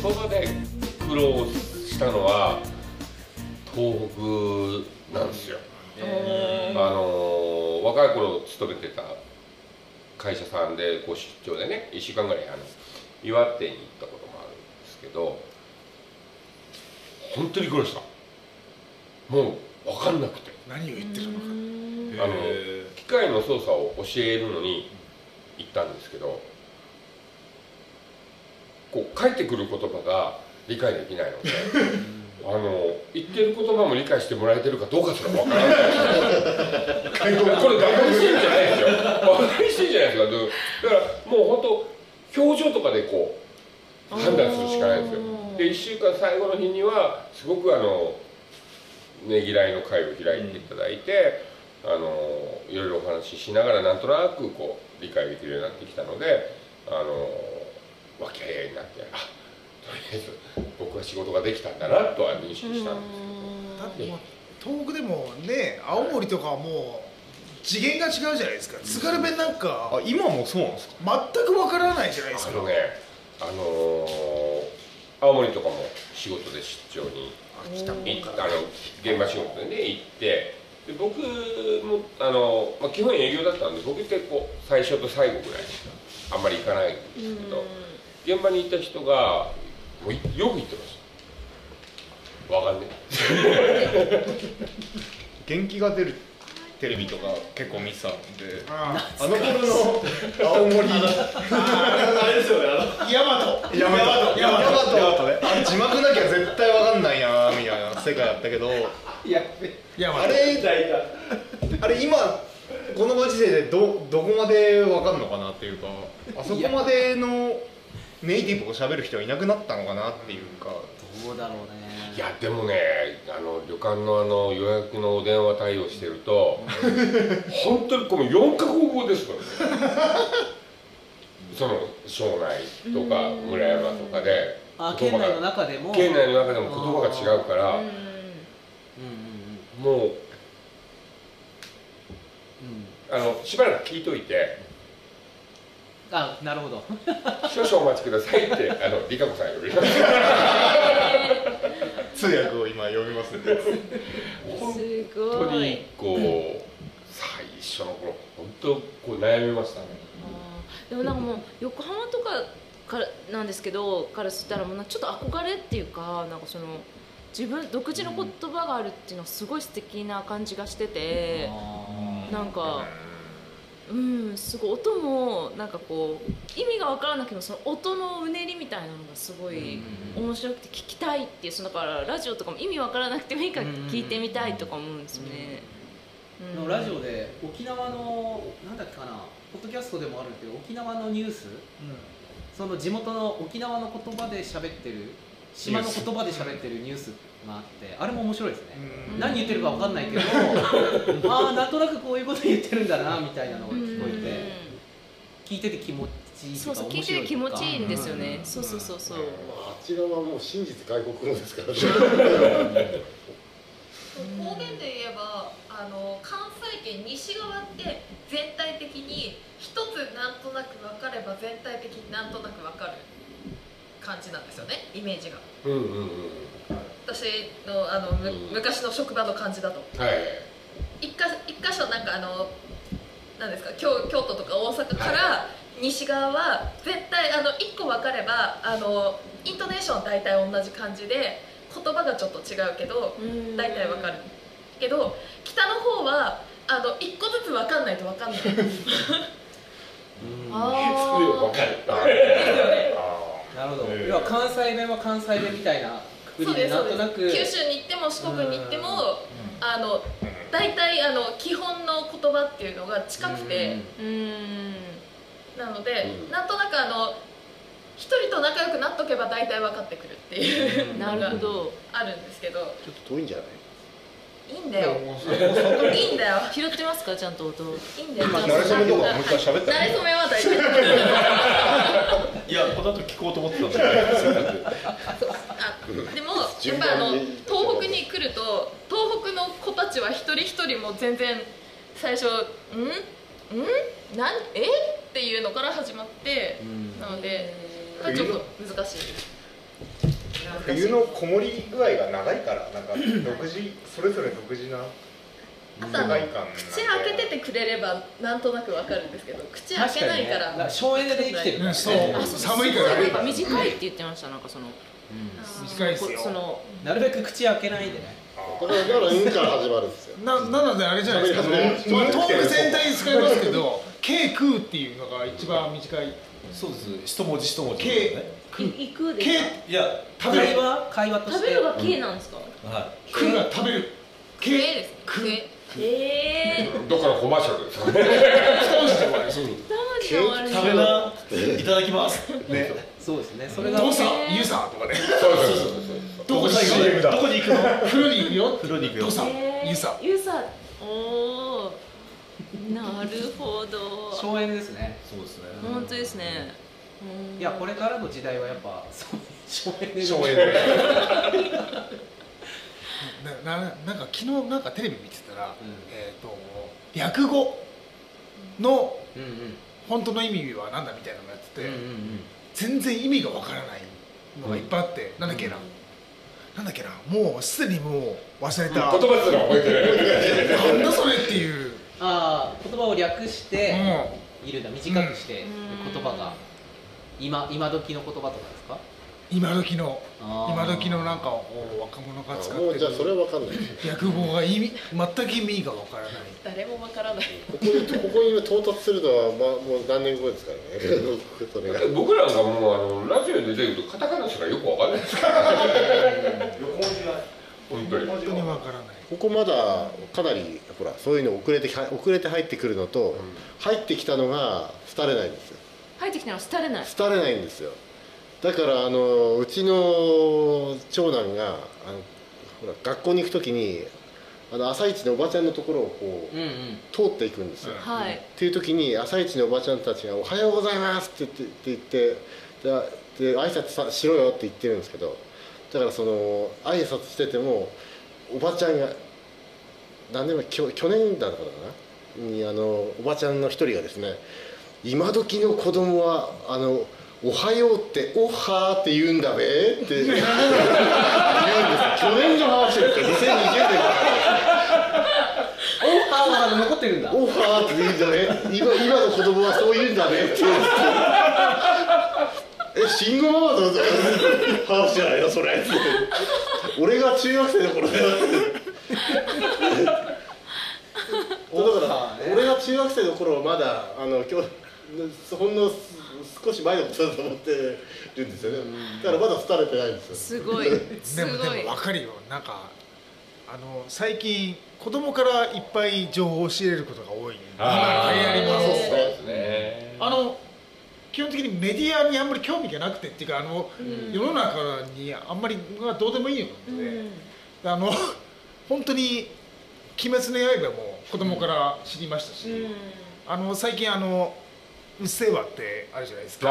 葉で苦労したのは東北なんですよ。若い頃勤めてた会社さんでこう出張でね1週間ぐらい岩手に行ったこともあるんですけど、本当に苦労した。もう分かんなくて何を言ってるのか。 機械の操作を教えるのに行ったんですけど、こう返ってくる言葉が理解できないので言ってる言葉も理解してもらえてるかどうかすら分からないこれバカにしてんじゃないですよ。バカにしてんじゃないですか。だからもう本当表情とかでこう判断するしかないんですよ。で1週間最後の日にはすごくねぎらいの会を開いていただいて、いろいろお話ししながらなんとなくこう理解できるようになってきたので和気あいあいになって、とりあえず僕は仕事ができたんだなとは認識したんですけど。 だってもう東北でもね、青森とかはもう次元が違うじゃないですか。津軽弁なんか今もそうなんですか。 全くわからないじゃないですか。 青森とかも仕事で出張に行った現場仕事でね行って、で僕も基本営業だったんで、僕ってこう最初と最後ぐらいしかあんまり行かないんですけど、現場にいた人がもうよく言ってました。わかんねえ元気が出るテレビとか結構見てたんで、頃の青森あれですよね、 ヤマトね、字幕なきゃ絶対わかんないなみたいな世界だったけど、あれ今このご時世でどこまでわかんのかなっていうか、あそこまでのネイティブを喋る人はいなくなったのかなっていうか。 どうだろうね。 いやでもね、旅館の予約のお電話対応してると本当にこの4カ国語ですからねその庄内とか村山とかで県内の中でも言葉が違うから、もうしばらく聞いといて、 なるほど少々お待ちくださいって理香子さん呼びます通訳を今読みますんで。 本当にこう最初の頃本当こう悩みましたね。 でもなんかもう横浜とかからなんですけどからしたらもうちょっと憧れっていうか、なんかその自分独自の言葉があるっていうのはすごい素敵な感じがしてて、なんかすごい音もなんかこう意味が分からなくてもその音のうねりみたいなのがすごい面白くて聞きたいっていう、だからラジオとかも意味分からなくてもいいから聞いてみたいとか思うんですよね。 ラジオで沖縄のなんだっけかな、ポッドキャストでもあるけど沖縄のニュース、その地元の沖縄の言葉で喋ってる島の言葉で喋ってるニュースがあって、あれも面白いですね。何言ってるか分かんないけどなんとなくこういうこと言ってるんだなみたいなのが聞こえて、聞いてて気持ちいいとか、 聞いてて気持ちいいんですよね。そうあちらはもう真実外国語ですからね方言で言えば関西圏西側って全体的に一つなんとなく分かれば全体的になんとなく分かる感じなんですよね、イメージが。私の昔の職場の感じだと、一箇所なんかなんですか、京都とか大阪から西側は絶対1個分かればイントネーションは大体同じ感じで言葉がちょっと違うけど大体分かるけど、北の方は1個ずつ分かんないと分かんないそれ分かる。 なるほど。要は関西弁は関西弁みたいなくくりでなんとなく九州に行っても四国に行っても大体基本の言葉っていうのが近くて、なのでなんとなく一人と仲良くなっとけば大体分かってくるっていうのがあるんですけど、 ちょっと遠いんじゃない？ いいんだよ。いいんだよ。 拾ってますかちゃんと音。いいんだよ。 慣れ初めとかもう一回喋った。 慣れ初めは大丈夫。いや、この後聞こうと思ってたんだけど。 でもやっぱ東北に来ると東北の子たちは一人一人も全然最初っていうのから始まって、なのでちょっと難しいです。 冬のこもり具合が長いからなんか独自それぞれ独自なあと口開けててくれればなんとなくわかるんですけど、口開けないから、 省エネで生きてるからね。 そう寒いから短いって言ってました。なんかその短いですよ。 そのなるべく口開けないでね。 だから運から始まるんですよ。 なのであれじゃないですか。東北全体に使いますけど、K 食うっていうのが一番短い。 そうです。一文字一文字。 K 行くで K いや食べる会話として。 食べるが K なんですか。 は食うが食べる。 食えですね。食え。 どっかのコマーシャルですかね。 一文字で終わり。 二文字で終わる。 食べな。いただきます。ね。 そうですね。それが。 どうさ、ゆさとかね。 どこに行くの？ 風呂に行くよ。 風呂に行くよ。 どうさ、ゆさ。 ゆさ。おお。なるほど。 省エネですね。 そうですね。 本当ですね。 いやこれからの時代はやっぱそう省エネ。 省エネ。 なんか昨日なんかテレビ見てたら、略語の本当の意味はなんだみたいなのをやってて、全然意味がわからないのがいっぱいあって、なんだっけな、もうすでにもう忘れた。 言葉すら覚えてない。 なんだそれっていう。 ああ、言葉を略しているんだ、短くして言葉が今時の言葉とかですか？ 今時のなんか若者が使ってる。 もうじゃあそれは分かんない。 略語が全く意味が分からない。 誰もわからない。 ここに到達するのはもう何年後ですからね。それが。 僕らがもうラジオで出てくるとカタカナしかよくわかんないですから。本当に分からない。 ここまだかなりほらそういうの遅れて入ってくるのと、入ってきたのが廃れないんですよ。 入ってきたの廃れない。 廃れないんですよ。だからうちの長男がほら学校に行くときに朝一のおばちゃんのところをこう、通っていくんですよ。 はい。 っていう時に朝一のおばちゃんたちが「おはようございます」って言ってで挨拶しろよって言ってるんですけど、だからその挨拶しててもおばちゃんが何年前去年だったかなにおばちゃんの一人がですね「今時の子供はおはようっておはーって言うんだべ」って言うんです。去年の話ですよ。2020年の話。 オファーが残ってるんだ。 オファーって言うんだね。今の子供はそう言うんだねって言うんです。慎吾ママの話じゃないのそれ。俺が中学生の頃だよ。だから俺が中学生の頃はまだほんの少し前のことだと思ってるんですよね。だからまだ廃れてないんですよ。 すごい。 でも分かるよ。なんか最近子供からいっぱい情報を仕入れることが多い。今の流行りもそうですね。 基本的にメディアにあんまり興味がなくてっていうか世の中にあんまりどうでもいいので、本当に「鬼滅の刃」も子供から知りましたし、最近うっせぇわってあるじゃないですか。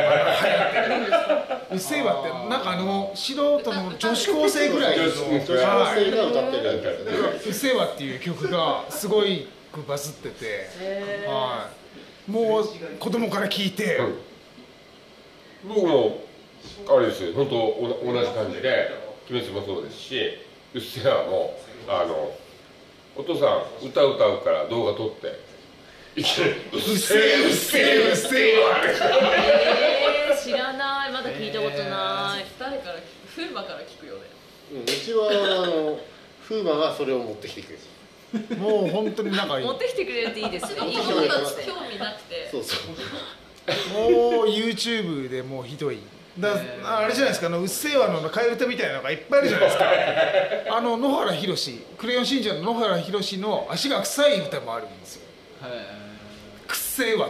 うっせぇわってなんか素人の女子高生ぐらいの女子高生が歌ってるやつですね。 うっせぇわっていう曲がすごいバズってて、もう子供から聞いて、 僕もあれですよ、本当同じ感じで鬼滅もそうですし、うっせぇわもお父さん歌うから動画撮って。うっせぇわ。 知らない。まだ聞いたことない。 誰から聞く？風磨から聞くよね。 うちは風磨がそれを持ってきてくれる。 もう本当に仲いい。 持ってきてくれるっていいですね。いい子人供たち興味なくて。 そうそう。 もう YouTube でもうひどい。あれじゃないですか、うっせぇわの替え歌みたいなのがいっぱいあるじゃないですか。野原ひろし、クレヨンしんちゃんの野原ひろしの足が臭い歌もあるんですよ。くっせぇわって。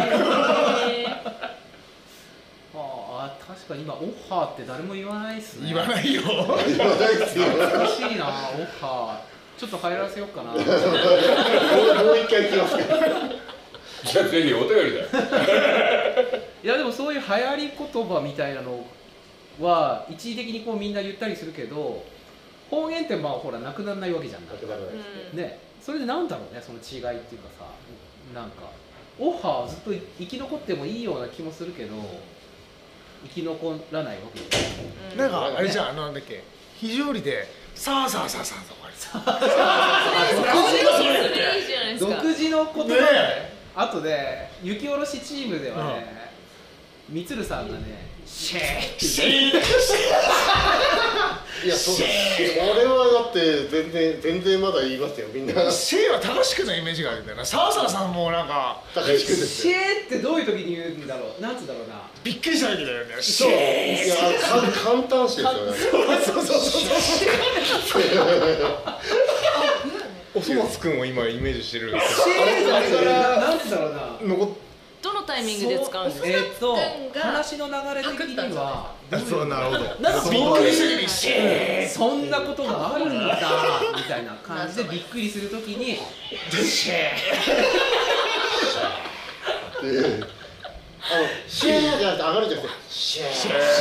確かに今オファーって誰も言わないっすね。 言わないよ。 言わないですよ。 難しいな、オファー。ちょっと入らせようかな。 もう一回行きますか。 じゃあぜひお便りだよ。 いやでもそういう流行り言葉みたいなのは一時的にこうみんな言ったりするけど、方言ってほらなくならないわけじゃん。 なくならないですね。 ね、それでなんだろうね、その違いっていうかさ、なんかオファーずっと生き残ってもいいような気もするけど、 生き残らないわけですよ。 なんかあれじゃん、なんだっけ、肘折りでさあさあさあさあとかいいじゃないですか。 独自の言葉で、あとで雪下ろしチームではね、みつるさんがね、シェーっていやそうだ、俺はだって全然まだ言いますよみんな。 シェイは正しくないイメージがあるんだよな。さあさあさんもなんか高橋君ですシよ。 ェーってどういう時に言うんだろう、なんつうんだろうな。 びっくりしたわけだよね。シそう、 ェイいや簡単詞ですよね。 おそ松くんを今イメージしてるんですシェーだからなんつうんだろうな。 けどどのタイミングで使うんですか。 話の流れ的にはそうなるほど。 なんかびっくりした時にシェイそんなことがあるんだみたいな感じでびっくりするときにシェーシェーじゃなくて上がるじゃなくてシェー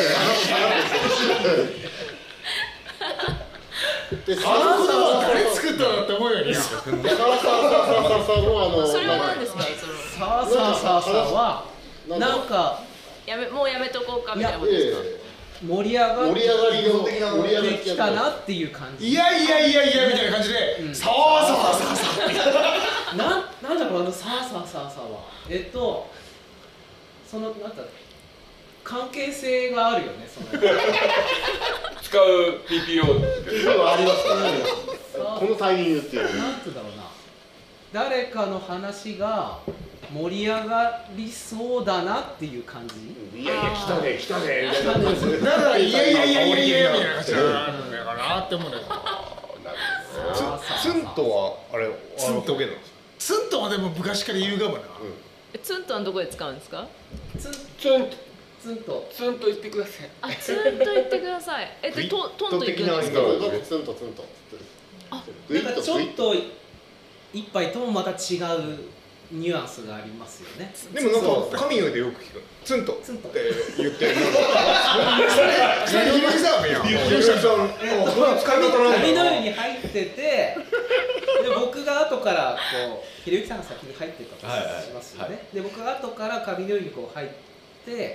で、 あの言葉誰作ったのって思うよね。 それそれは何ですか。そのさあさあさあさあはなんかもうやめとこうかみたいなことですか。 盛り上がりのできたなっていう感じ。 いやいやいやいやみたいな感じで、さあさあさあさあなんだろう、あのさあさあさあさあはそのなんだ関係性があるよね。その使う TPO ですはありますからね。このタイミングっていう。 なんてだろうな、誰かの話が盛り上がりそうだなっていう感じ。 いやいや来たねみたいな。 だからいやいやいやいやいやみたいな感じなんだかなって思うんだけど。 ツンとはあれツンとトゲなんですか。 ツンとはでも昔から言うかもな。 ツンとはどこで使うんですか。 ツンツンと言ってください。 あ、ツンと言ってください。でトンと言くんですか。 ツンと。 なんかちょっと一杯ともまた違うニュアンスがありますよね。 でもなんか神のでよく聞く。ツンとって言ってる。 何言いさめやん。 使い方なんだ。 髪の湯に入ってて、で僕が後からこうひろゆきさんが先に入ってたとしますよね。で僕が後から髪の湯にこう入って、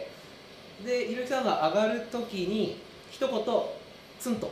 でひろゆきさんが上がるときに一言ツンと。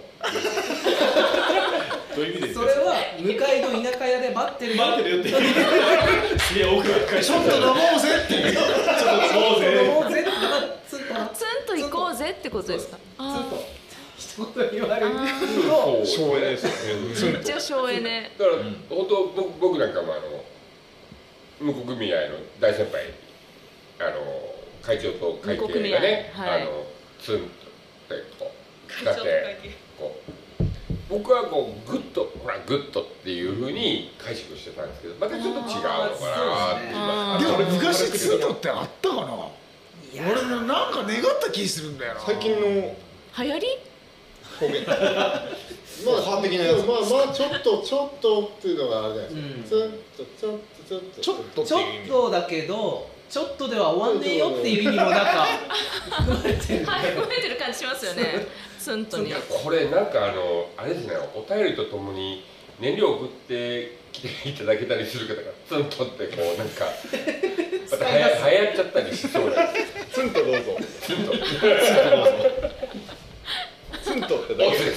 どういう意味ですそれは向かいの田舎屋で待ってるよ。 待ってるよって。すげえ奥が深い。 ちょっと飲もうぜっていう。 ちょっと飲もうぜ。 もう全部ツンと。 ツンと行こうぜってことですか。 ツンと。一言言われると省エネですよね。 めっちゃ省エネ。 だから本当僕なんかも向こう組合の大先輩会長と会計がね、ツンとこうだってこう僕はこうグッとっていうふうに解釈してたんですけど、またちょっと違うのかなってでも昔ツンとってあったかな。俺もなんか願った気するんだよな。 最近の流行り？ 方言。 まあ的なやつ。まあちょっとっていうのがあれじゃないですか。 ちょっとちょっとだけどちょっとでは終わんねえよっていう意味もなんか含まれてる。 含めてる感じしますよね。ツンとに。 これなんかあれですね、お便りとともに燃料を送ってきていただけたりする方がツンとってこうなんかまた流行っちゃったりしそうなんです。 ツンとどうぞ。 ツンとツンとってだけです。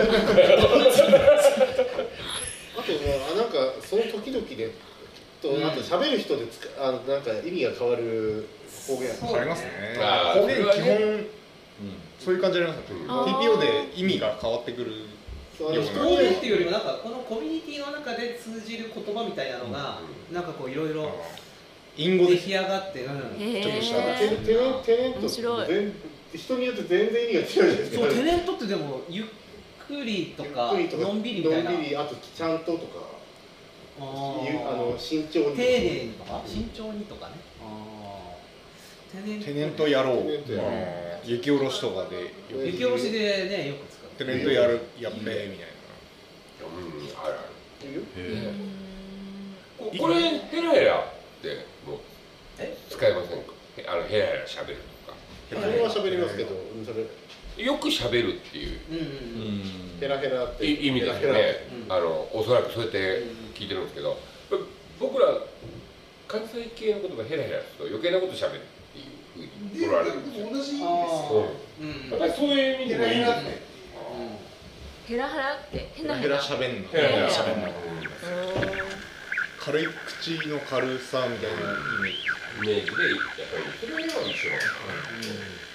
あとなんかその時々であと喋る人でなんか意味が変わる方言変わりますね。 方言基本そういう感じになりますね。TPO で意味が変わってくる。 方言っていうよりもなんかこのコミュニティの中で通じる言葉みたいなのがなんかこういろいろ隠語で出来上がって、ちょっとしたテネント人によって全然意味が違うじゃないですか。 そう、テネントってでもゆっくりとかのんびりみたいな、 のんびり、あとちゃんととか慎重に丁寧にとか慎重にとかね。 テネントやろう。雪下ろしとかで雪下ろしでねよく使う。 テネントやっべみたいな。 ある。これヘラヘラってもう使いませんか。ヘラヘラ喋るとか。 それは喋りますけど、 よく喋るっていうヘラヘラって意味ですよね。おそらくそうやって聞いてるんですけど、僕ら関西系の言葉ヘラヘラすると余計なこと喋るっていうふうに。 ころあるんですよ。 同じ意味ですよ。 やっぱりそういう意味でもいいですね。 ヘラヘラって変なヘラ喋んのヘラヘラ喋んの軽い口の軽さみたいなイメージイメージでやっぱりそれは一緒なんですね。